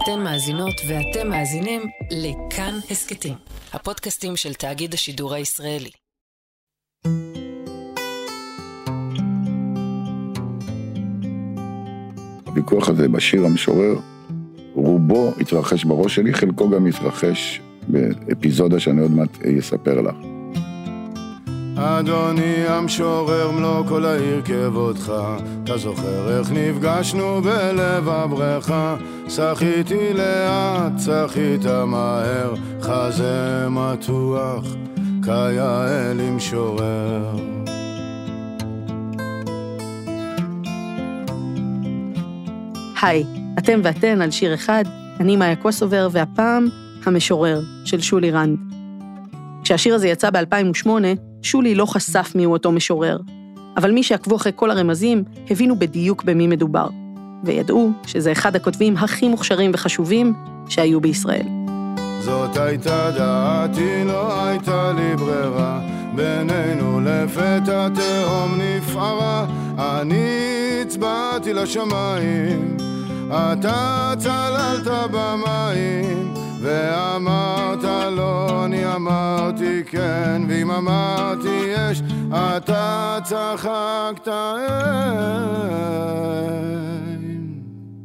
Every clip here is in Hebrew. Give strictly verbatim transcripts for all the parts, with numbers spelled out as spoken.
אתן מאזינות ואתם מאזינים לכאן הסקטים, הפודקאסטים של תאגיד השידור הישראלי. הוויכוח הזה בשיר המשורר, רובו התרחש בראש שלי, חלקו גם התרחש באפיזודה שאני עוד מעט אספר לך. אדוני המשורר, מלוא כל העיר כבודך, אתה זוכר איך נפגשנו בלב הבריכה, שחיתי לאט, שחית מהר, חזה מתוח, כיאה למשורר. היי, אתם ואתן על שיר אחד, אני מאיה קוסובר, והפעם המשורר של שולי רנד. כשהשיר הזה יצא ב-אלפיים ושמונה, שולי לא חשף מיהו אותו משורר, אבל מי שעקבו אחרי כל הרמזים הבינו בדיוק במי מדובר, וידעו שזה אחד הכותבים הכי מוכשרים וחשובים שהיו בישראל. זאת הייתה דעתי, לא הייתה לי ברירה, בינינו לפתע תהום נפערה, אני הצבעתי לשמיים, אתה צללת במים, ואמרת לא, אני אמרתי כן, ואם אמרתי יש, אתה צחקת אין.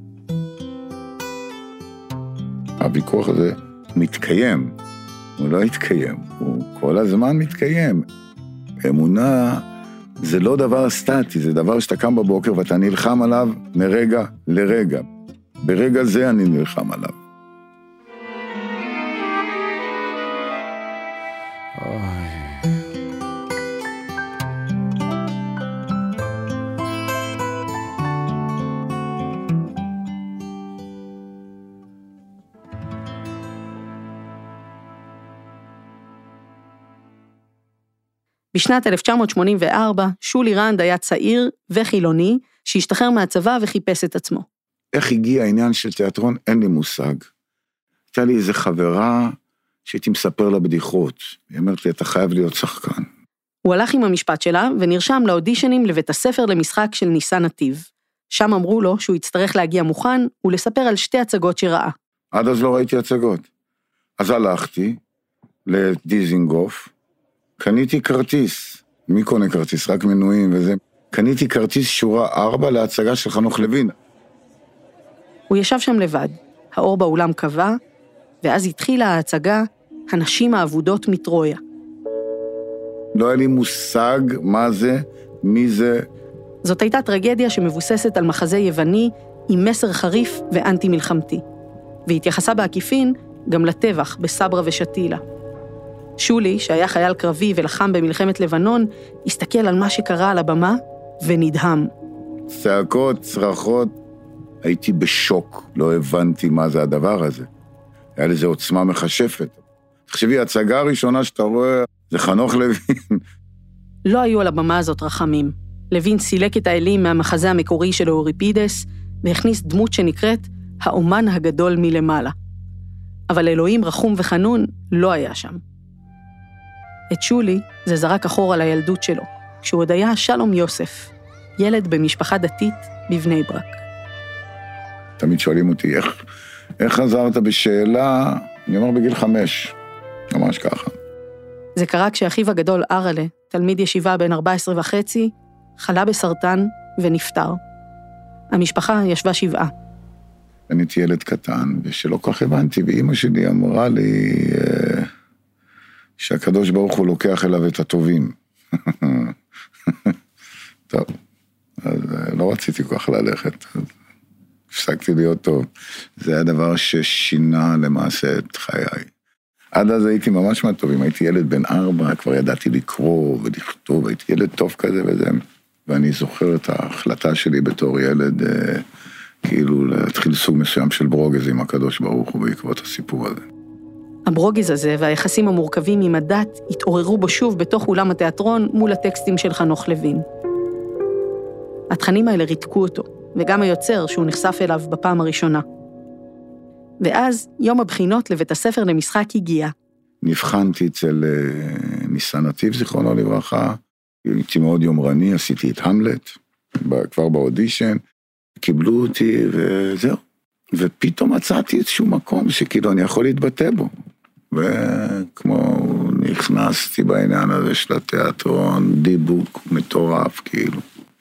הוויכוח הזה מתקיים, הוא לא התקיים, הוא כל הזמן מתקיים. אמונה זה לא דבר סטטי, זה דבר שאתה קם בבוקר ואתה נלחם עליו מרגע לרגע. ברגע זה אני נלחם עליו. בשנת אלף תשע מאות שמונים וארבע, שולי רנד היה צעיר וחילוני, שהשתחרר מהצבא וחיפש את עצמו. איך הגיע העניין של תיאטרון? אין לי מושג. הייתה לי איזו חברה שהייתי מספר לה בדיחות. היא אמרת לי, אתה חייב להיות שחקן. הוא הלך עם המשפט שלה ונרשם לאודישנים לבית הספר למשחק של ניסן נתיב. שם אמרו לו שהוא יצטרך להגיע מוכן ולספר על שתי הצגות שראה. עד אז לא ראיתי הצגות. אז הלכתי לדיזינגוף, קניתי כרטיס, מי קונה כרטיס? רק מנויים וזה. קניתי כרטיס שורה ארבע להצגה של חנוך לוין. הוא ישב שם לבד, האור באולם קבע, ואז התחילה ההצגה, הנשים העבודות מטרויה. לא היה לי מושג מה זה, מי זה. זאת הייתה טרגדיה שמבוססת על מחזה יווני עם מסר חריף ואנטי מלחמתי, והתייחסה בעקיפין גם לטבח בסברה ושתילה. שולי, שהיה חייל קרבי ולחם במלחמת לבנון, הסתכל על מה שקרה על הבמה ונדהם. צעקות, צרחות, הייתי בשוק, לא הבנתי מה זה הדבר הזה. היה לזה עוצמה מחשפת. תחשבי, ההצגה הראשונה שאתה רואה, זה חנוך לוין. לא היו על הבמה הזאת רחמים. לוין סילק את האלים מהמחזה המקורי של אוריפידס, והכניס דמות שנקראת האומן הגדול מלמעלה. אבל אלוהים רחום וחנון לא היה שם. את שולי זה זרק אחורה לילדות שלו, כשהוא עוד היה שלום יוסף, ילד במשפחה דתית בבני ברק. תמיד שואלים אותי, איך, איך חזרת בשאלה? אני אומר בגיל חמש, ממש ככה. זה קרה כשאחיו הגדול ארלה, תלמיד ישיבה בן ארבע עשרה וחצי, חלה בסרטן ונפטר. המשפחה ישבה שבעה. אני הייתי ילד קטן, ושלא כך הבנתי, ואמא שלי אמרה לי, שהקדוש ברוך הוא לוקח אליו את הטובים. טוב, אז לא רציתי כל כך ללכת, אז הפסקתי להיות טוב. זה היה דבר ששינה למעשה את חיי. עד אז הייתי ממש מהטובים, הייתי ילד בן ארבע, כבר ידעתי לקרוא ולכתוב, הייתי ילד טוב כזה וזה, ואני זוכר את ההחלטה שלי בתור ילד, כאילו להתחיל סוג מסוים של ברוגז עם הקדוש ברוך הוא בעקבות הסיפור הזה. הברוגז הזה והיחסים המורכבים עם הדת התעוררו בו שוב בתוך אולם התיאטרון מול הטקסטים של חנוך לוין. התכנים האלה ריתקו אותו, וגם היוצר שהוא נחשף אליו בפעם הראשונה. ואז יום הבחינות לבית הספר למשחק הגיע. נבחנתי אצל ניסן נתיב, זיכרונו לברכה, הייתי מאוד יומרני, עשיתי את המלט, כבר באודישן, קיבלו אותי וזהו. ופתאום מצאתי איזשהו מקום שכאילו אני יכול להתבטא בו. וכמו נכנסתי בעניין הזה של התיאטרון, דיבוק מטורף כאילו.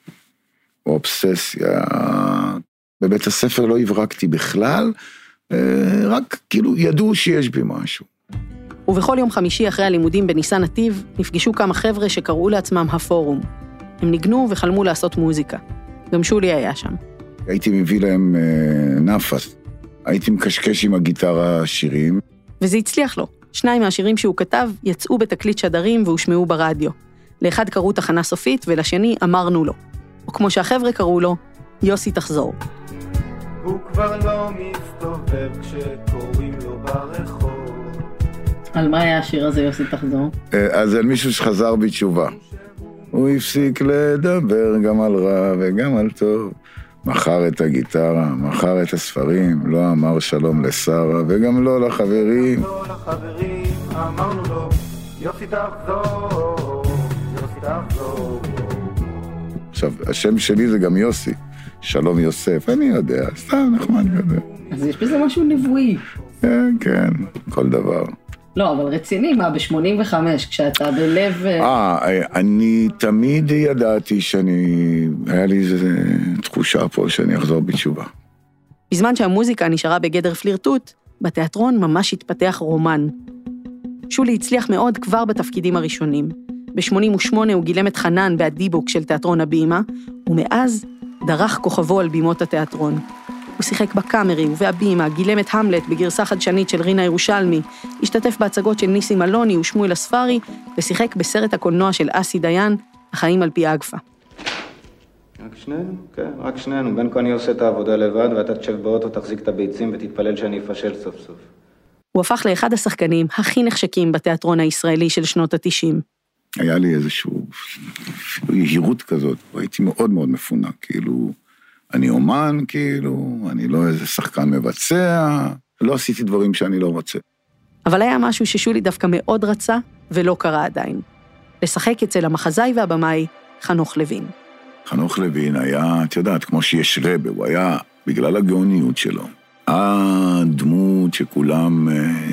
אובססיה. בבית הספר לא הברקתי בכלל, רק כאילו ידעו שיש בי משהו. ובכל יום חמישי אחרי הלימודים בניסן נתיב, נפגשו כמה חבר'ה שקראו לעצמם הפורום. הם ניגנו וחלמו לעשות מוזיקה. גם שולי היה שם. הייתי מביא להם אה, נפס. הייתי מקשקש עם הגיטרה שירים. וזה הצליח לו. שניים מהשירים שהוא כתב יצאו בתקליט שדרים והושמעו ברדיו. לאחד קראו תחנה סופית ולשני אמרנו לו. או כמו שהחבר'ה קראו לו, יוסי תחזור. הוא כבר לא מסתובב כשקוראים לו ברחוב. על מה היה השיר הזה, יוסי תחזור? אז על מישהו שחזר בתשובה. הוא הפסיק לדבר גם על רע וגם על טוב. מכר את הגיטרה, מכר את הספרים, לא אמר שלום לשרה וגם לא לחברים. לא לחברים, אמרנו לו, יוסי תחזור, יוסי תחזור. עכשיו, השם שלי זה גם יוסי, שלום יוסף, אני יודע, סתם נחמד כזה. אז יש בזה משהו נבואי. כן, כן, כל דבר. לא, אבל רציני, מה, ב-שמונים וחמש, כשאתה בלב... אה, אני תמיד ידעתי שאני, היה לי איזו תחושה פה שאני אחזור בתשובה. בזמן שהמוזיקה נשארה בגדר פלירטוט, בתיאטרון ממש התפתח רומן. שולי הצליח מאוד כבר בתפקידים הראשונים. ב-שמונים ושמונה הוא גילם את חנן בהדיבוק של תיאטרון הבימה, ומאז דרך כוכבו על בימות התיאטרון. הוא שיחק בקאמרי ובהבימה, גילם את המלט בגרסה חדשנית של רינה ירושלמי, השתתף בהצגות של ניסים אלוני ושמואל הספרי, ושיחק בסרט הקולנוע של אסי דיין, החיים על פי אגפה. רק שנינו? כן, רק שנינו. בין כה אני עושה את העבודה לבד, ואתה תשב באוטו, תחזיק את הביצים ותתפלל שאני אפשל סוף סוף. הוא הפך לאחד השחקנים הכי נחשקים בתיאטרון הישראלי של שנות התשעים. היה לי איזשהו יהירות כזאת, הייתי מאוד מאוד מפונה, כאילו, אני אומן, כאילו, אני לא איזה שחקן מבצע, לא עשיתי דברים שאני לא רוצה. אבל היה משהו ששולי דווקא מאוד רצה, ולא קרה עדיין. לשחק אצל המחזאי והבמאי, חנוך לוין. חנוך לוין היה, את יודעת, כמו שיש רבה, הוא היה, בגלל הגאוניות שלו, הדמות שכולם,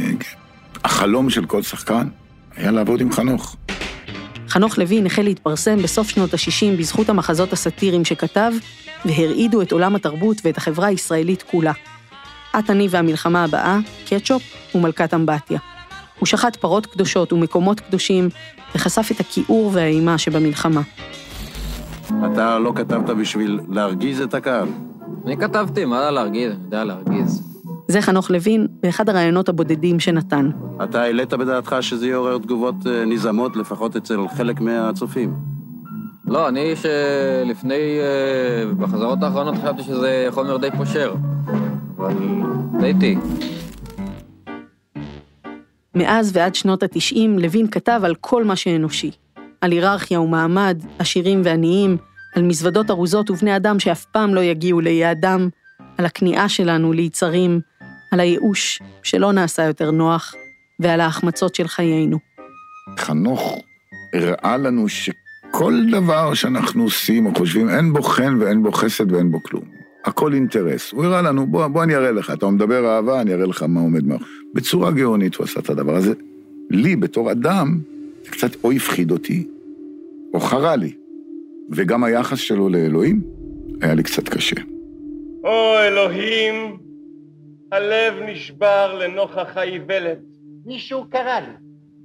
החלום של כל שחקן, היה לעבוד עם חנוך. חנוך לוין החל להתפרסם בסוף שנות ה-שישים בזכות המחזות הסאטיריים שכתב, והרעידו את עולם התרבות ואת החברה הישראלית כולה. את אני והמלחמה הבאה, קטשופ ומלכת אמבטיה. הוא שחט פרות קדושות ומקומות קדושים, וחשף את הכיעור והאימה שבמלחמה. אתה לא כתבת בשביל להרגיז את הקהל? אני כתבתי, מה לה להרגיז? אני יודע להרגיז. זה חנוך לוין, באחד הרעיונות הבודדים שנתן. אתה העלית בדעתך שזה יעורר תגובות נזמות, לפחות אצל חלק מהצופים. לא, אני שלפני, בחזרות האחרונות חשבתי שזה חומר די פושר, אבל דייתי. מאז ועד שנות התשעים, לוין כתב על כל מה שאנושי. על היררכיה ומעמד, עשירים ועניים, על מזוודות ארוזות ובני אדם שאף פעם לא יגיעו ליעדם, על הכניעה שלנו ליצרים, על הייאוש שלא נעשה יותר נוח, ועל ההחמצות של חיינו. חנוך הראה לנו שכל דבר שאנחנו עושים או חושבים, אין בו חן ואין בו חסד ואין בו כלום. הכל אינטרס. הוא הראה לנו, בוא, בוא אני אראה לך, אתה מדבר אהבה, אני אראה לך מה עומד מה. בצורה גאונית הוא עשה את הדבר הזה. לי, בתור אדם, זה קצת או הפחיד אותי, או חרה לי. וגם היחס שלו לאלוהים היה לי קצת קשה. או אלוהים, הלב נשבר לנוכח האיוולת. מישהו קרא לי.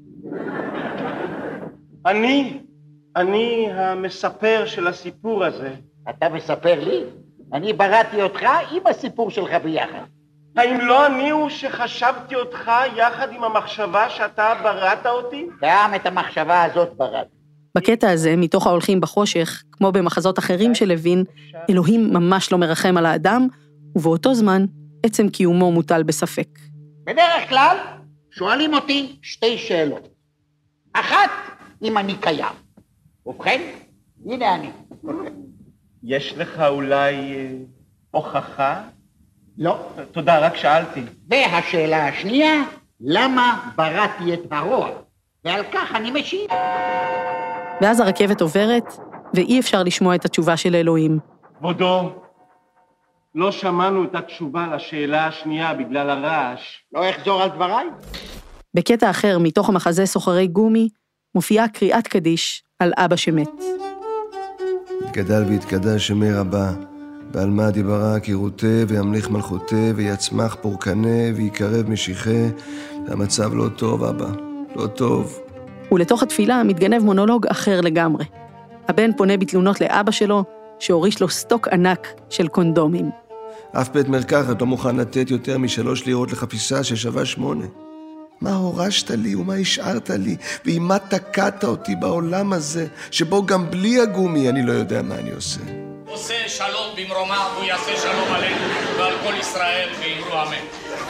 אני, אני המספר של הסיפור הזה. אתה מספר לי? אני בראתי אותך עם הסיפור שלך ביחד. האם לא אני הוא שחשבתי אותך יחד עם המחשבה שאתה בראת אותי? גם את המחשבה הזאת בראת. בקטע הזה, מתוך ההולכים בחושך, כמו במחזות אחרים של לוין, אלוהים ממש לא מרחם על האדם, ובאותו זמן, עצם קיומו מוטל בספק. בדרך כלל, שואלים אותי שתי שאלות. אחת, אם אני קיים. ובכן, הנה אני. יש לך אולי אה, הוכחה? לא. תודה, רק שאלתי. והשאלה השנייה, למה בראתי את הרוע? ועל כך אני משיב. ואז הרכבת עוברת, ואי אפשר לשמוע את התשובה של אלוהים. כבודו, לא שמענו את התשובה לשאלה השנייה בגלל הרעש. לא אחזור על דבריי. בקטע אחר מתוך המחזה סוחרי גומי, מופיעה קריאת קדיש על אבא שמת. יתגדל ויתקדש שמי רבה, ועל מה דיברה קירותה וימליך מלכותה ויצמח פורקנה ויקרב משיחה, והמצב לא טוב אבא, לא טוב. ולתוך התפילה מתגנב מונולוג אחר לגמרי. הבן פונה בתלונות לאבא שלו, שהוריש לו סטוק ענק של קונדומים. אף בית מרקחת לא מוכן לתת יותר משלוש לירות לחפיסה ששווה שמונה. מה הורשת לי ומה השארת לי, ועם מה תקעת אותי בעולם הזה, שבו גם בלי הגומי אני לא יודע מה אני עושה. עושה שלום במרומה, והוא יעשה שלום עלינו, ועל כל ישראל ואמרו אמן.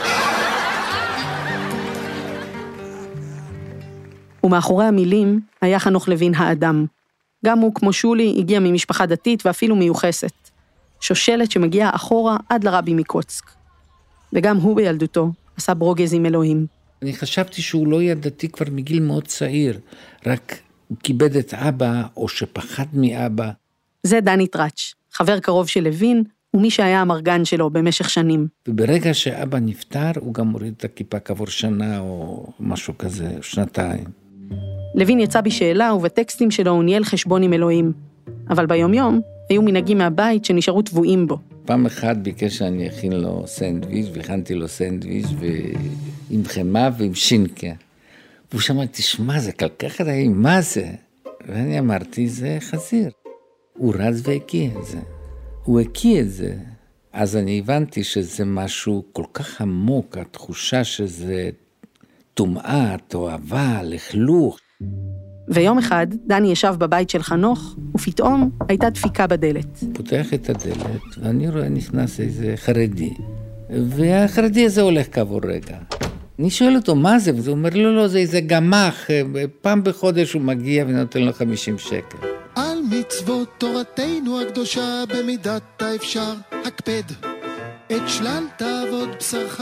ומאחורי המילים היה חנוך לוין האדם. גם הוא, כמו שולי, הגיע ממשפחה דתית ואפילו מיוחסת. שושלת שמגיעה אחורה עד לרבי מקוצק. וגם הוא בילדותו עשה ברוגז עם אלוהים. אני חשבתי שהוא לא היה דתי כבר מגיל מאוד צעיר, רק הוא כיבד את אבא או שפחד מאבא. זה דני טראץ', חבר קרוב של לוין, ומי שהיה המרגן שלו במשך שנים. וברגע שאבא נפטר, הוא גם הוריד את הכיפה כעבור שנה או משהו כזה, שנתיים. לוין יצא בשאלה ובטקסטים שלו הוא ניהל חשבון עם אלוהים. אבל ביום יום היו מנהגים מהבית שנשארו טבועים בו. פעם אחת ביקש שאני אכין לו סנדוויץ', והכנתי לו סנדוויץ' עם חמה ועם שינקה. והוא שמע, תשמע, זה כל כך רעים, מה זה? ואני אמרתי, זה חזיר. הוא רץ והקיא את זה. הוא הקיא את זה. אז אני הבנתי שזה משהו כל כך עמוק, התחושה שזה טומאה, תואבה, לכלוך. ויום אחד דני ישב בבית של חנוך, ופתאום הייתה דפיקה בדלת. פותח את הדלת, ואני רואה נכנס איזה חרדי. והחרדי הזה הולך כעבור רגע. אני שואל אותו, מה זה? וזה אומר, לא, לא, זה איזה גמח. פעם בחודש הוא מגיע ונותן לו חמישים שקל. על מצוות תורתנו הקדושה במידת האפשר, הקפד. את שלל תעבוד בשרך,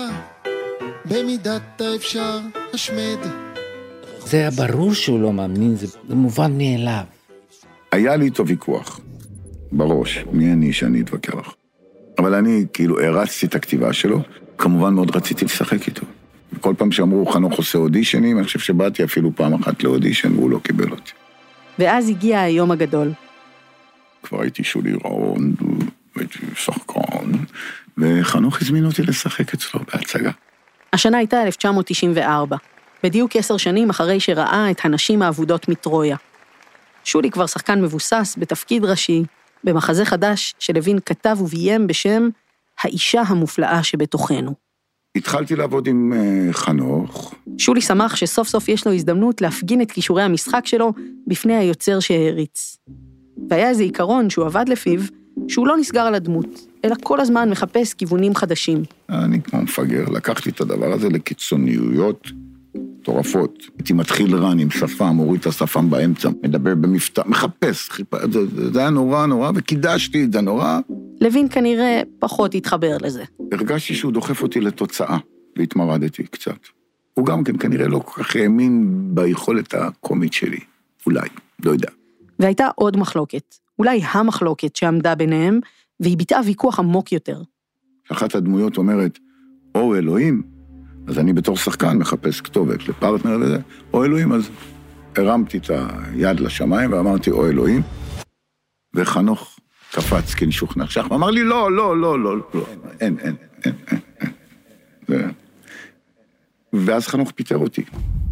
במידת האפשר, השמד. זה היה ברור שהוא לא מאמין, זה מובן מאליו. היה לי איתו ויכוח, בראש, מי אני שאני אתווכח. אבל אני כאילו הרצתי את הכתיבה שלו, כמובן מאוד רציתי לשחק איתו. כל פעם שאמרו, חנוך עושה אודישנים, אני חושב שבאתי אפילו פעם אחת לאודישן, והוא לא קיבל אותי. ואז הגיע היום הגדול. כבר הייתי שולי ראון, הייתי שחקן, וחנוך הזמין אותי לשחק אצלו בהצגה. השנה הייתה אלף תשע מאות תשעים וארבע. בדיוק עשר שנים אחרי שראה את הנשים העבודות מטרויה. שולי כבר שחקן מבוסס בתפקיד ראשי, במחזה חדש שלוין כתב וביים בשם האישה המופלאה שבתוכנו. התחלתי לעבוד עם uh, חנוך. שולי שמח שסוף סוף יש לו הזדמנות להפגין את כישורי המשחק שלו בפני היוצר שהעריץ. והיה איזה עיקרון שהוא עבד לפיו, שהוא לא נסגר על הדמות, אלא כל הזמן מחפש כיוונים חדשים. אני כמו מפגר, לקחתי את הדבר הזה לקיצוניויות טורפות. הייתי מתחיל רן עם שפם, הוריד את השפם באמצע, מדבר במפתח, מחפש, חיפ... זה, זה היה נורא נורא, וקידשתי את זה נורא. לוין כנראה פחות התחבר לזה. הרגשתי שהוא דוחף אותי לתוצאה, והתמרדתי קצת. הוא גם כן כנראה לא כל כך האמין ביכולת הקומית שלי, אולי, לא יודע. והייתה עוד מחלוקת, אולי המחלוקת שעמדה ביניהם, והיא ביטאה ויכוח עמוק יותר. אחת הדמויות אומרת, או אלוהים, אז אני בתור שחקן מחפש כתובת לפרטנר לזה, או אלוהים, אז הרמתי את היד לשמיים ואמרתי, או אלוהים, וחנוך קפץ כנשוך נחשך, ואמר לי, לא, לא, לא, לא, לא, אין, אין, אין, אין, אין. ואז חנוך פיטר אותי.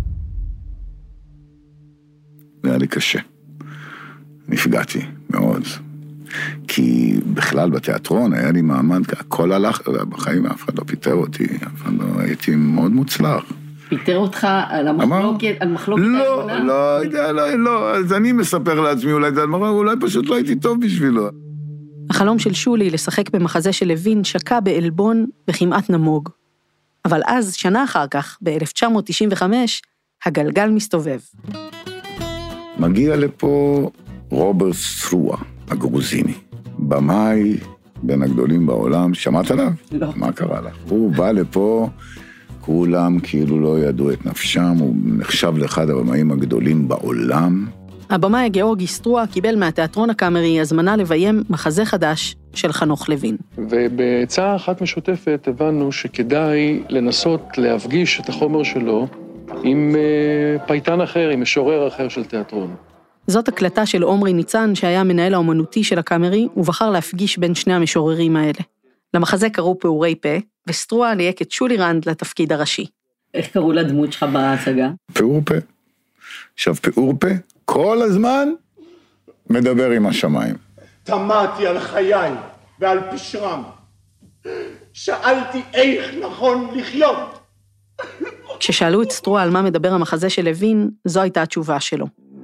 זה היה לי קשה. נפגעתי מאוד. כי בכלל בתיאטרון היה לי מעמד, הכל הלך, בחיים אף אחד לא פיטר אותי, אף אחד לא, הייתי מאוד מוצלח. פיטר אותך על המחלוקת, על מחלוקת האחרונה? לא, לא, לא, לא, אז אני מספר לעצמי, אולי זה אמרה, אולי פשוט לא הייתי טוב בשבילו. החלום של שולי לשחק במחזה של לוין שקע באלבון וכמעט נמוג. אבל אז, שנה אחר כך, ב-אלף תשע מאות תשעים וחמש, הגלגל מסתובב. מגיע לפה רוברט סטרואה, הגרוזיני. במאי, בין הגדולים בעולם, שמעת עליו? לא. מה קרה לך? הוא בא לפה, כולם כאילו לא ידעו את נפשם, הוא נחשב לאחד הבמאים הגדולים בעולם, הבמאי גאורגי סטרואה קיבל מהתיאטרון הקאמרי הזמנה לביים מחזה חדש של חנוך לוין. ובהצעה אחת משותפת הבנו שכדאי לנסות להפגיש את החומר שלו עם פייטן אחר, עם משורר אחר של תיאטרון. זאת הקלטה של עומרי ניצן, שהיה המנהל האומנותי של הקאמרי, ובחר להפגיש בין שני המשוררים האלה. למחזה קראו פעורי פה, וסטרואה ליהק את שולי רנד לתפקיד הראשי. איך קראו לדמות שלך בהצגה? פעור פה. עכשיו, פעור פה, כל הזמן מדבר עם השמיים. תמעתי על חיי ועל פשרם. שאלתי איך נכון לחיות. כששאלו את סטרואה על מה מדבר המחזה של לוין, זו הייתה התשובה שלו.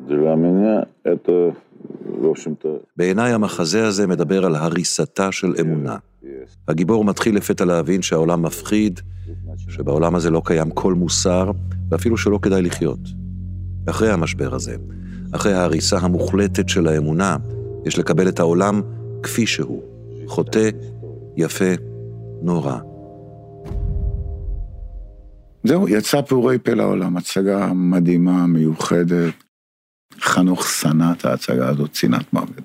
בעיניי המחזה הזה מדבר על הריסתה של אמונה. הגיבור מתחיל לפתע להבין שהעולם מפחיד, שבעולם הזה לא קיים כל מוסר, ואפילו שלא כדאי לחיות. אחרי המשבר הזה, אחרי ההריסה המוחלטת של האמונה, יש לקבל את העולם כפי שהוא, חוטא, יפה, נורא. זהו, יצא פעורי פה לעולם, הצגה מדהימה, מיוחדת. חנוך שנא את ההצגה הזאת, צנעת מוות.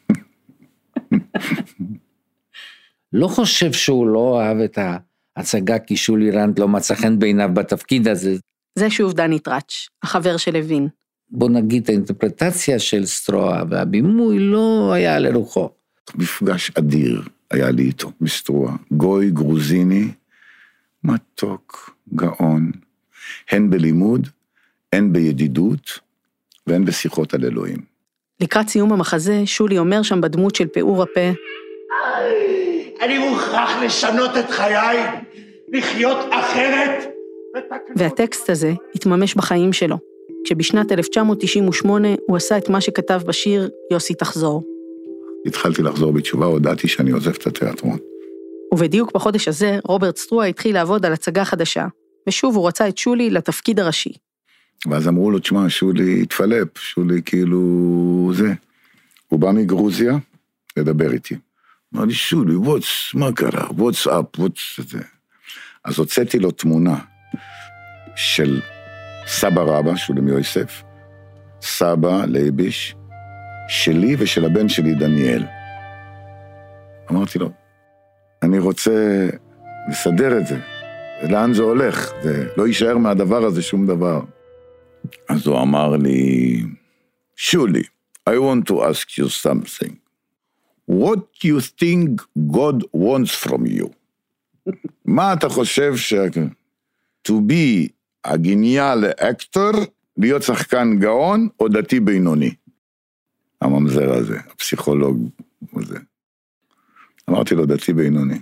לא חושב שהוא לא אהב את ההצגה, כי שולי רנד לא מצא חן בעיניו בתפקיד הזה. זה שוב דני טראץ', החבר של לוין. בוא נגיד, האינטרפרטציה של סטרואה והבימוי לא היה לרוחו. מפגש אדיר היה לי איתו, מסטרואה. גוי גרוזיני, מתוק, גאון, הן בלימוד, הן בידידות, והן בשיחות על אלוהים. לקראת סיום המחזה, שולי אומר שם בדמות של פעור הפה, אני מוכרח לשנות את חיי, לחיות אחרת. והטקסט הזה התממש בחיים שלו, כשבשנת אלף תשע מאות תשעים ושמונה הוא עשה את מה שכתב בשיר יוסי תחזור. התחלתי לחזור בתשובה, הודעתי שאני עוזב את התיאטרון. ובדיוק בחודש הזה, רוברט סטרואה התחיל לעבוד על הצגה חדשה, ושוב הוא רצה את שולי לתפקיד הראשי. ואז אמרו לו, תשמע, שולי התפלפ, שולי כאילו זה. הוא בא מגרוזיה לדבר איתי. אמר לי, שולי, what's, מה קרה? what's up, what's זה? אז הוצאתי לו תמונה של סבא רבא, שולי מיוסף, סבא לייביש, שלי ושל הבן שלי דניאל. אמרתי לו, אני רוצה לסדר את זה. לאן זה הולך? זה לא יישאר מהדבר הזה שום דבר. אז הוא אמר לי, שולי, I want to ask you something. What do you think God wants from you? מה אתה חושב ש... To be a genial actor, להיות שחקן גאון או דתי בינוני? הממזר הזה, הפסיכולוג הזה. אמרתי לו, דתי בינוני.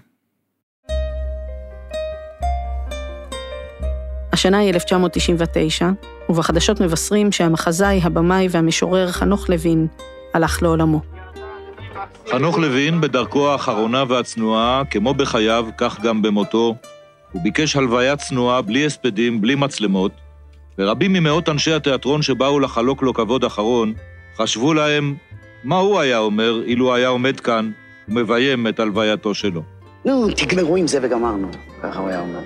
השנה היא אלף תשע מאות תשעים ותשע, ובחדשות מבשרים שהמחזאי, הבמאי והמשורר חנוך לוין הלך לעולמו. חנוך לוין בדרכו האחרונה והצנועה, כמו בחייו, כך גם במותו, הוא ביקש הלוויה צנועה בלי הספדים, בלי מצלמות, ורבים ממאות אנשי התיאטרון שבאו לחלוק לו כבוד אחרון, חשבו להם מה הוא היה אומר אילו היה עומד כאן ומביים את הלווייתו שלו. נו, תגמרו עם זה וגמרנו, ככה הוא היה אומר.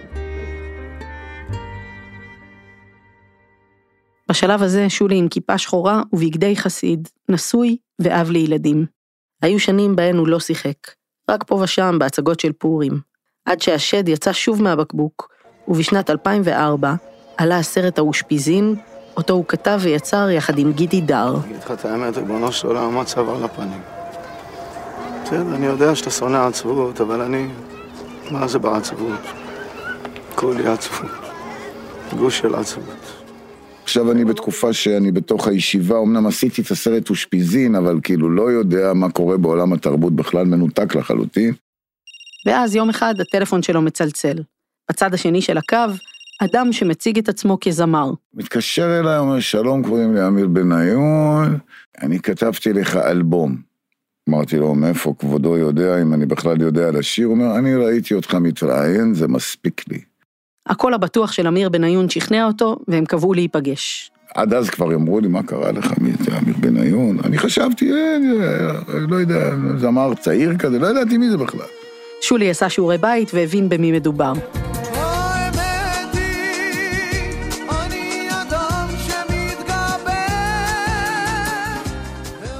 בשלב הזה שולי עם כיפה שחורה ובגדי חסיד, נשוי ואב לילדים. היו שנים בהן הוא לא שיחק, רק פה ושם בהצגות של פורים, עד שהשד יצא שוב מהבקבוק, ובשנת אלפיים וארבע עלה הסרט האושפיזין, אותו הוא כתב ויצר יחד עם גידי דר. אני אגיד לך את האמת, ריבונו של עולם, מה צבע לפנים? בסדר, אני יודע שאתה שונא עצבות, אבל אני... מה זה בעצבות? כולי עצבות. גוש של עצבות. עכשיו אני בתקופה שאני בתוך הישיבה, אמנם עשיתי את הסרט אושפיזין, אבל כאילו לא יודע מה קורה בעולם התרבות, בכלל מנותק לחלוטין. ואז יום אחד הטלפון שלו מצלצל. בצד השני של הקו, אדם שמציג את עצמו כזמר. מתקשר אליי, אומר, שלום, קוראים לי אמיר בניון, אני כתבתי לך אלבום. אמרתי לו, מאיפה כבודו יודע, אם אני בכלל יודע לשיר? הוא אומר, אני ראיתי אותך מתראיין, זה מספיק לי. הקול הבטוח של אמיר בניון שכנע אותו, והם קבעו להיפגש. עד אז כבר אמרו לי, מה קרה לך, מי זה אמיר בניון? אני חשבתי, אה, לא יודע, זמר צעיר כזה, לא ידעתי מי זה בכלל. שולי עשה שיעורי בית והבין במי מדובר.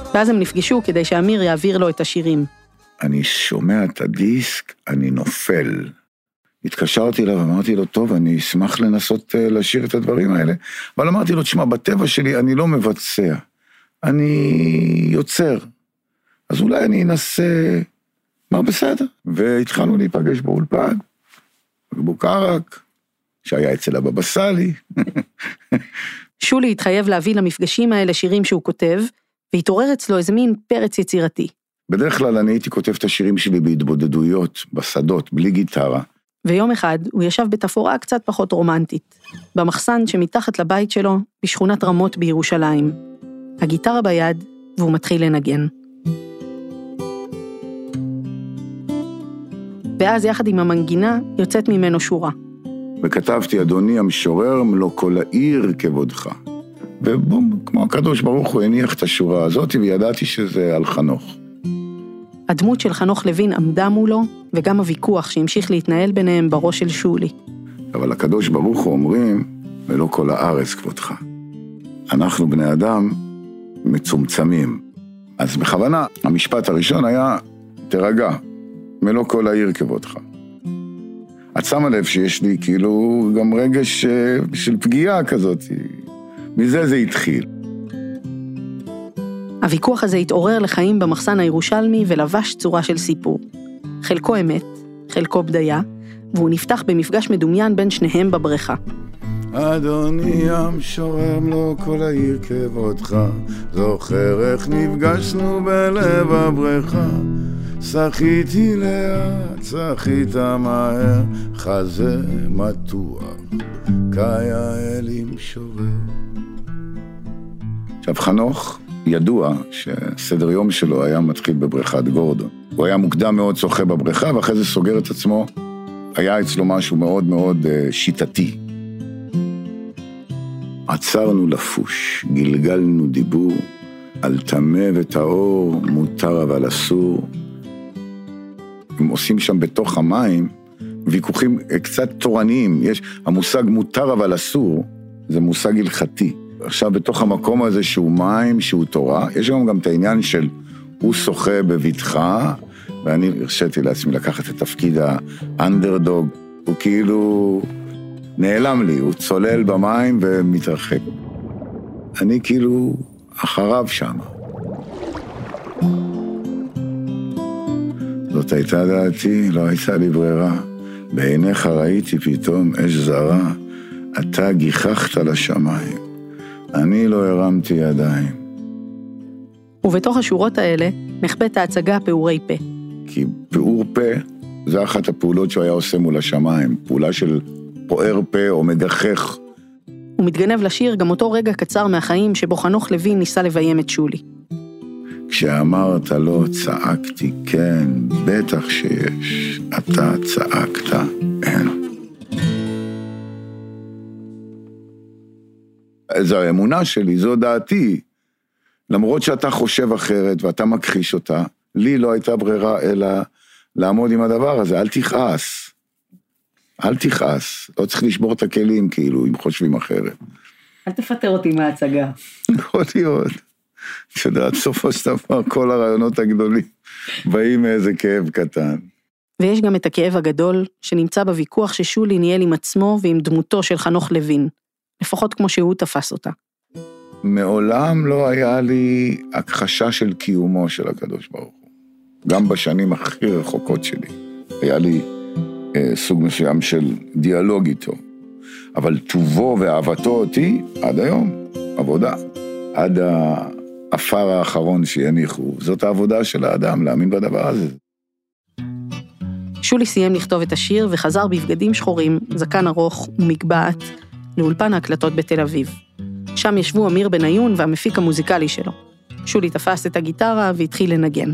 ואז הם נפגשו כדי שאמיר יעביר לו את השירים. אני שומע את הדיסק, אני נופל. התקשרתי אליו, אמרתי לו, טוב, אני אשמח לנסות לשיר את הדברים האלה, אבל אמרתי לו, תשמע, בטבע שלי אני לא מבצע, אני יוצר, אז אולי אני אנסה, מה בסדר? והתחלנו להיפגש באולפן, בבוקרק, שהיה אצל הבבא סאלי. שולי התחייב להביא למפגשים האלה שירים שהוא כותב, והתעורר אצלו איזה מין פרץ יצירתי. בדרך כלל אני הייתי כותב את השירים שלי בהתבודדויות, בשדות, בלי גיטרה. ויום אחד הוא ישב בתפאורה קצת פחות רומנטית, במחסן שמתחת לבית שלו, בשכונת רמות בירושלים. הגיטרה ביד, והוא מתחיל לנגן. ואז יחד עם המנגינה יוצאת ממנו שורה. וכתבתי, אדוני המשורר, מלוא כל העיר כבודך. ובום, כמו הקדוש ברוך הוא הניח את השורה הזאת, וידעתי שזה על חנוך. הדמות של חנוך לוין עמדה מולו, וגם הוויכוח שהמשיך להתנהל ביניהם בראש של שולי. אבל הקדוש ברוך הוא אומרים, מלוא כל הארץ כבודך. אנחנו בני אדם מצומצמים. אז בכוונה, המשפט הראשון היה, תרגע, מלוא כל העיר כבודך. את שמה לב שיש לי כאילו גם רגש של פגיעה כזאת. מזה זה התחיל. הוויכוח הזה התעורר לחיים במחסן הירושלמי ולבש צורה של סיפור. חלקו אמת, חלקו בדיה, והוא נפתח במפגש מדומיין בין שניהם בבריכה. אדוני המשורר מלוא כל העיר כבודך, זוכר איך נפגשנו בלב הבריכה, שחיתי לאט, שחית מהר, חזה מתוח, כיאה אל משורר. עכשיו חנוך ידוע שסדר יום שלו היה מתחיל בבריכת גורדון. הוא היה מוקדם מאוד שוחה בבריכה, ואחרי זה סוגר את עצמו. היה אצלו משהו מאוד מאוד שיטתי. עצרנו לפוש, גלגלנו דיבור, על טמא וטהור, מותר אבל אסור. הם עושים שם בתוך המים ויכוחים קצת תורניים. יש, המושג מותר אבל אסור, זה מושג הלכתי. עכשיו בתוך המקום הזה שהוא מים, שהוא תורה, יש גם גם את העניין של הוא שוחה בביטחה, ואני הרשיתי לעצמי לקחת את תפקיד האנדרדוג, הוא כאילו נעלם לי, הוא צולל במים ומתרחק. אני כאילו אחריו שם. זאת הייתה דעתי, לא הייתה לי ברירה. בעיניך ראיתי פתאום אש זרה, אתה גיחכת לשמיים. אני לא הרמתי ידיים. ובתוך השורות האלה נחבאת ההצגה פעורי פה. כי פעור פה זה אחת הפעולות שהוא היה עושה מול השמיים, פעולה של פוער פה או מגחך. הוא מתגנב לשיר גם אותו רגע קצר מהחיים שבו חנוך לוין ניסה לביים את שולי. כשאמרת לא צעקתי כן, בטח שיש, אתה צעקת אין. זו האמונה שלי, זו דעתי. למרות שאתה חושב אחרת ואתה מכחיש אותה, לי לא הייתה ברירה אלא לעמוד עם הדבר הזה. אל תכעס. אל תכעס. לא צריך לשבור את הכלים כאילו, אם חושבים אחרת. אל תפטר אותי מההצגה. יכול להיות. שדעת סופו של דבר, כל הרעיונות הגדולים באים מאיזה כאב קטן. ויש גם את הכאב הגדול שנמצא בוויכוח ששולי ניהל עם עצמו ועם דמותו של חנוך לוין. לפחות כמו שהוא תפס אותה. מעולם לא היה לי הכחשה של קיומו של הקדוש ברוך הוא. גם בשנים הכי רחוקות שלי. היה לי אה, סוג מסוים של דיאלוג איתו. אבל טובו ואהבתו אותי עד היום, עבודה. עד האפר האחרון שיניחו. זאת העבודה של האדם, להאמין בדבר הזה. שולי סיים לכתוב את השיר וחזר בבגדים שחורים, זקן ארוך ומקבעת, לאולפן ההקלטות בתל אביב. שם ישבו אמיר בניון והמפיק המוזיקלי שלו. שולי תפס את הגיטרה והתחיל לנגן.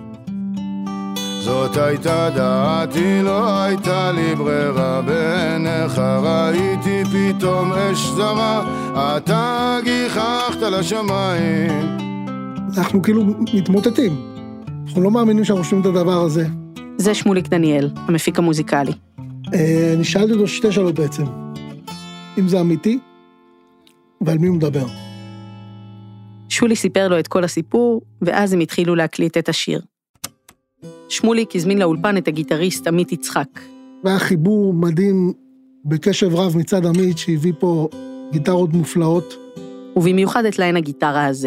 זאת הייתה דעתי, לא הייתה לי ברירה, בעיניך ראיתי פתאום אש זרה, אתה גיחכת לשמיים. אנחנו כאילו מתמוטטים. אנחנו לא מאמינים שאנחנו שומעים את הדבר הזה. זה שמוליק דניאל, המפיק המוזיקלי. אני שאלתי אותו שתי שאלות בעצם. אם זה אמיתי, ועל מי הוא מדבר. שולי סיפר לו את כל הסיפור, ואז הם התחילו להקליט את השיר. שמוליק הזמין לאולפן את הגיטריסט עמית יצחק. והיה חיבור מדהים בקשב רב מצד עמית, שהביא פה גיטרות מופלאות. ובמיוחד את ליין הגיטרה הזה.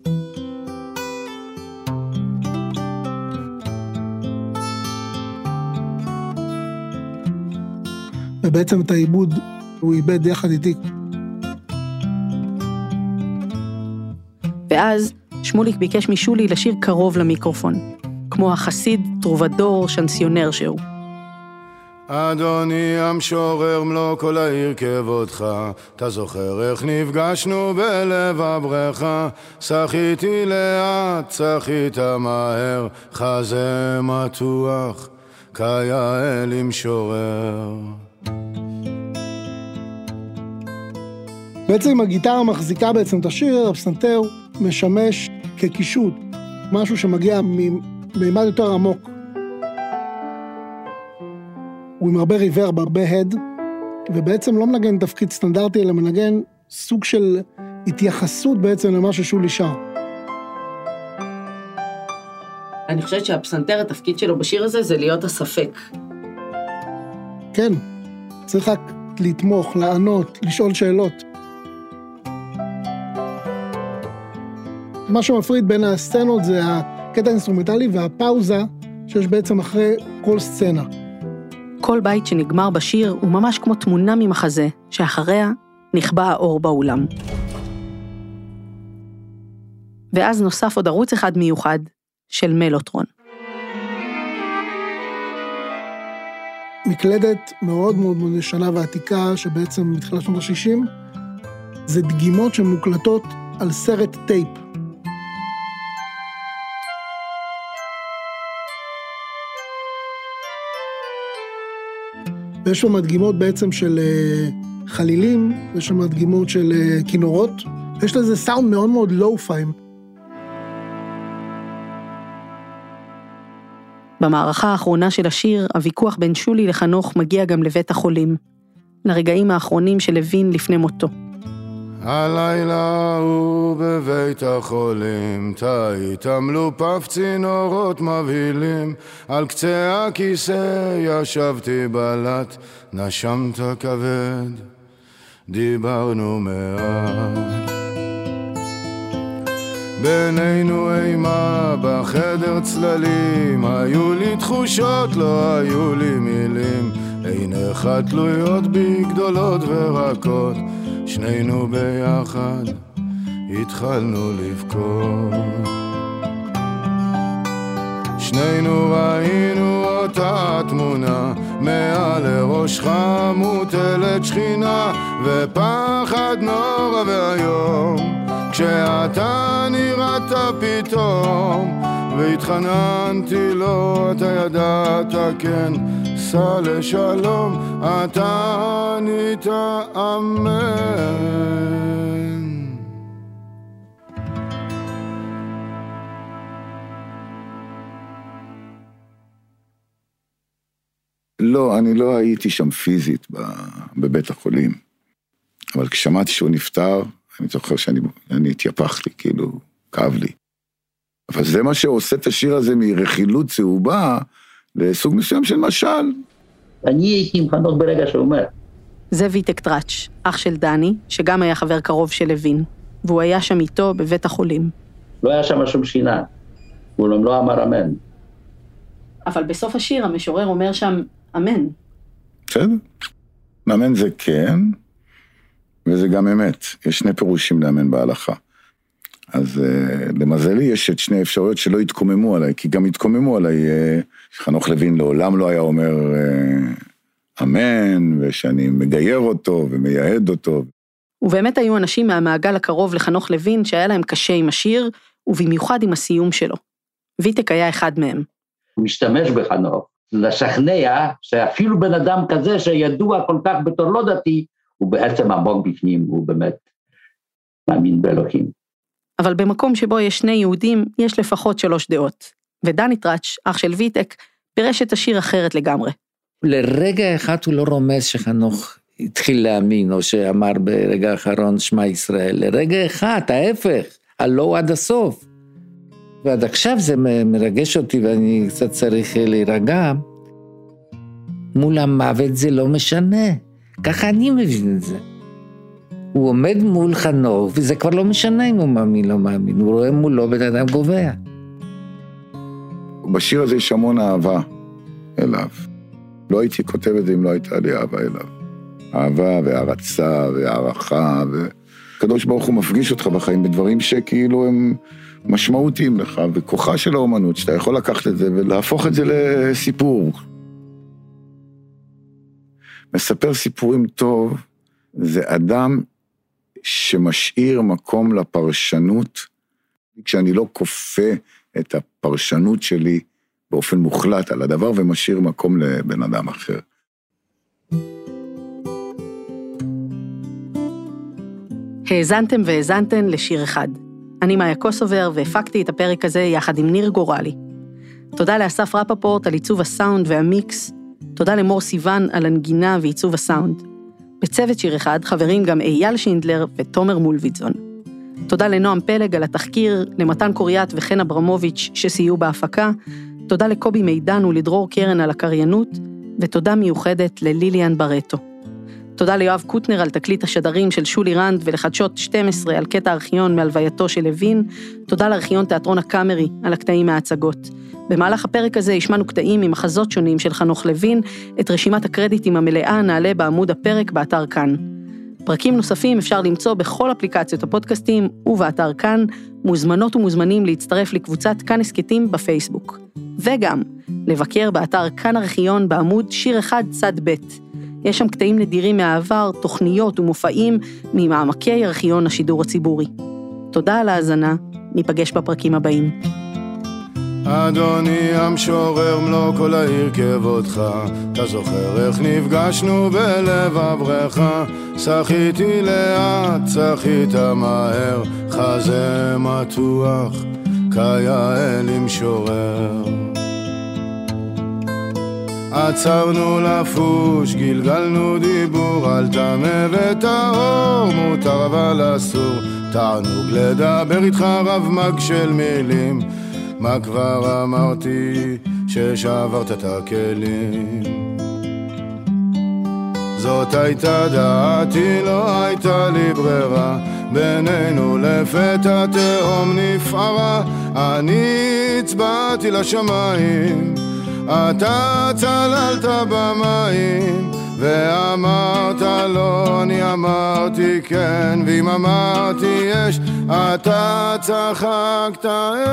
ובעצם את העיבוד הוא איבד יחד איתי. ואז שמוליק ביקש משולי לשיר קרוב למיקרופון, כמו החסיד, טרובדור, שנסיונר שהוא. אדוני המשורר מלוא כל העיר כבודך, אתה זוכר איך נפגשנו בלב הבריכה, שחיתי לאט, שחית מהר, חזה מתוח, כיעל עם שורר. בעצם הגיטרה מחזיקה בעצם את השיר, הפסנתר משמש כקישוט, משהו שמגיע מממד יותר עמוק. הוא עם הרבה ריברב, הרבה הד, ובעצם לא מנגן תפקיד סטנדרטי, אלא מנגן סוג של התייחסות בעצם למה ששולי שר. אני חושבת שהפסנתר, התפקיד שלו בשיר הזה, זה להיות הספק. כן, צריך רק לתמוך, לענות, לשאול שאלות. מה שמפריד בין הסצנות זה הקטע האינסטרומנטלי והפאוזה שיש בעצם אחרי כל סצנה. כל בית שנגמר בשיר הוא ממש כמו תמונה ממחזה, שאחריה נכבה האור באולם. ואז נוסף עוד ערוץ אחד מיוחד של מלוטרון. מקלדת מאוד מאוד מאוד ישנה ועתיקה, שבעצם מתחילת שנות ה-שישים, זה דגימות שמוקלטות על סרט טייפ. ויש שם דגימות בעצם של חלילים, ויש שם דגימות של כינורות, ויש לזה סאונד מאוד מאוד לואו-פיים. במערכה האחרונה של השיר, הוויכוח בין שולי לחנוך מגיע גם לבית החולים, לרגעים האחרונים של לוין לפני מותו. הלילה הוא בבית החולים, תאי תמלו פף צינורות מבהילים, על קצה הכיסא ישבתי בלט, נשמת כבד, דיברנו מעט. בינינו אימה בחדר צללים, היו לי תחושות, לא היו לי מילים, עיניך תלויות בי גדולות ורקות, שנינו ביחד התחלנו לבכות. שנינו ראינו אותה תמונה, מעל לראשך מוטלת שכינה, ופחד נורא והיום, כשאתה נראית פתאום, והתחננתי לו, אתה ידעת כן, סע לשלום, אתה ענית אמן. לא, אני לא הייתי שם פיזית בבית החולים, אבל כששמעתי שהוא נפטר, אני זוכר שאני אני התייפחתי, כאילו, כאב לי. אבל זה מה שעושה את השיר הזה מרכילות צהובה לסוג מסוים של משל. אני הייתי עם חנוך ברגע שאומר. זה ויטק טראץ', אח של דני, שגם היה חבר קרוב של לוין, והוא היה שם איתו בבית החולים. לא היה שם שום שינה, הוא לא אמר אמן. אבל בסוף השיר המשורר אומר שם אמן. בסדר. אמן זה כן, וזה גם אמת. יש שני פירושים לאמן בהלכה. אז uh, למזלי יש את שני אפשרויות שלא התקוממו עליי, כי גם התקוממו עליי, uh, חנוך לוין לעולם לא היה אומר uh, אמן, ושאני מגייר אותו ומייעד אותו. ובאמת היו אנשים מהמעגל הקרוב לחנוך לוין שהיה להם קשה עם השיר, ובמיוחד עם הסיום שלו. ויטק היה אחד מהם. הוא משתמש בחנוך, לשכנע שאפילו בן אדם כזה שידוע כל כך בתור לא דתי, הוא בעצם עמוק בפנים, הוא באמת מאמין באלוהים. אבל במקום שבו יש שני יהודים, יש לפחות שלוש דעות. ודני טראץ', אח של ויטק, פירש את השיר אחרת לגמרי. לרגע אחד הוא לא רומז שחנוך התחיל להאמין, או שאמר ברגע האחרון שמע ישראל. לרגע אחד, ההפך. הלא עד הסוף. ועד עכשיו זה מרגש אותי ואני קצת צריך להירגע. מול המוות זה לא משנה, ככה אני מבין את זה. הוא עומד מול חנוך, וזה כבר לא משנה אם הוא מאמין לא מאמין, הוא רואה מולו בן אדם גובע. בשיר הזה יש המון אהבה אליו. לא הייתי כותב את זה אם לא הייתה לי אהבה אליו. אהבה והרצה והערכה, וקדוש ברוך הוא מפגיש אותך בחיים בדברים שכאילו הם משמעותיים לך, וכוחה של האומנות, שאתה יכול לקחת את זה ולהפוך את זה לסיפור. מספר סיפורים טוב, זה אדם שמשאיר מקום לפרשנות, כשאני לא כופה את הפרשנות שלי באופן מוחלט על הדבר, ומשאיר מקום לבן אדם אחר. האזנתם והאזנתן לשיר אחד. אני מאיה קוסובר, והפקתי את הפרק הזה יחד עם ניר גורלי. תודה לאסף רפפורט על עיצוב הסאונד והמיקס, תודה למור סיוון על הנגינה ועיצוב הסאונד. בצוות שיר אחד חברים גם אייל שינדלר ותומר מולביטזון. תודה לנועם פלג על התחקיר, למתן קוריאט וחן אברמוביץ' שסייעו בהפקה, תודה לקובי מידן ולדרור קרן על הקריינות, ותודה מיוחדת לליליאן ברטו. תודה ליואב קוטנר על תקליט השדרים של שולי רנד ולחדשות שתים עשרה על קטע ארכיון מהלווייתו של לוין, תודה לארכיון תיאטרון הקאמרי על הקטעים מההצגות. במהלך הפרק הזה ישמענו קטעים ממחזות שונים של חנוך לוין, את רשימת הקרדיטים המלאה נעלה בעמוד הפרק באתר כאן. פרקים נוספים אפשר למצוא בכל אפליקציות הפודקאסטים ובאתר כאן, מוזמנות ומוזמנים להצטרף לקבוצת כאן הסקטים בפייסבוק. וגם, לבקר באתר כאן ארכיון בעמוד שיר אחד צד ב'. יש שם קטעים נדירים מהעבר, תוכניות ומופעים ממעמקי ארכיון השידור הציבורי. תודה על ההאזנה, ניפגש בפרקים הבאים. אדוני המשורר מלוא כל העיר כבודך, אתה זוכר איך נפגשנו בלב הבריכה, שחיתי לאט, שחית מהר, חזה מתוח, כיאה למשורר. עצרנו לפוש, גלגלנו דיבור על טמא וטהור, מותר אבל אסור, תענוג לדבר איתך רב מג של מילים, מה כבר אמרתי ששברת את הכלים. זאת הייתה דעתי, לא הייתה לי ברירה, בינינו לפתע תהום נפערה, אני הצבעתי לשמיים, אתה צללת במים, ואמרת לא, אני אמרתי כן, ואם אמרתי יש, אתה צחקת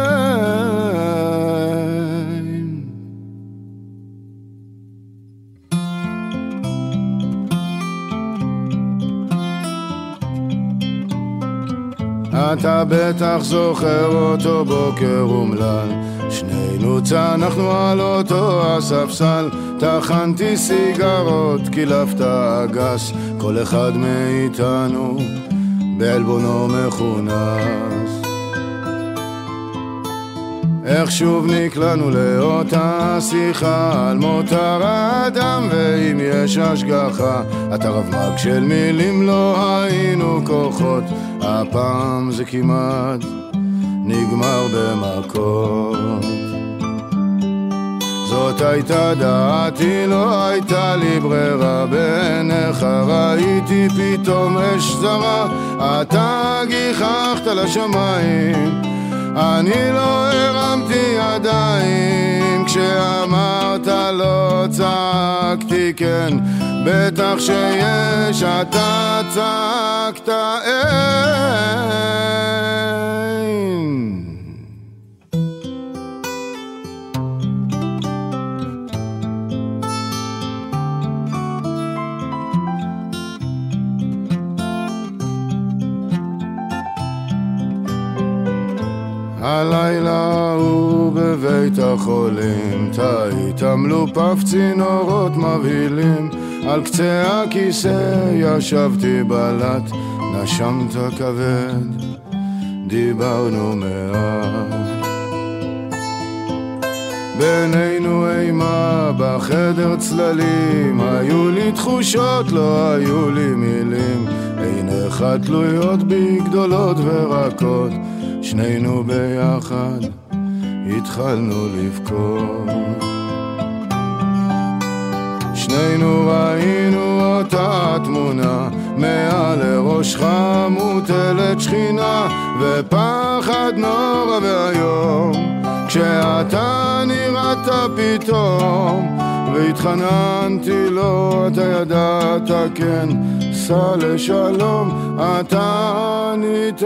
אין. אתה בטח זוכר אותו בוקר אומלל, שנינו צנחנו על אותו הספסל, תחנתי סיגרות, קילפת אגס, כל אחד מאיתנו בעלבונו מכונס. איך שוב נקלענו לאותה שיחה על מותר האדם, ואם יש השגחה, אתה רב מג של מילים, לא היינו כוחות, הפעם זה כמעט נגמר במכות. זאת הייתה דעתי, לא הייתה לי ברירה, בעיניך ראיתי פתאום אש זרה, אתה גיחכת לשמיים, אני לא הרמתי ידיים, כשאמרת לא צעקתי כן, בטח שיש, אתה צעקת אין. הלילה הוא בבית החולים, תאי תמלו פף צינורות מבהילים, על קצה הכיסא ישבתי בלט, נשמת כבד, דיברנו מעט. בינינו אימה בחדר צללים, היו לי תחושות, לא היו לי מילים, עיניך תלויות בי גדולות ורקות, שנינו ביחד התחלנו לבכות. שנינו ראינו אותה תמונה, מעל לראשך מוטלת שכינה, ופחד נורא והיום, כשאתה נראית פתאום, והתחננתי לו, אתה ידעת כן, סע לשלום, אתה ענית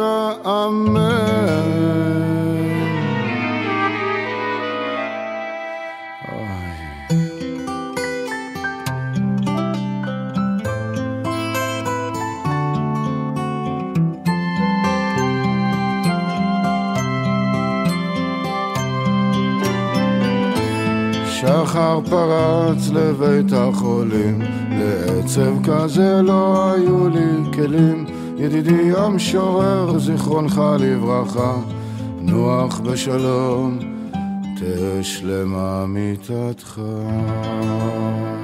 אמן. שחר פרץ לבית החולים, לעצב כזה לא היו לי כלים. ידידי המשורר זיכרונך לברכה, נוח בשלום, תשלמה מיתתך.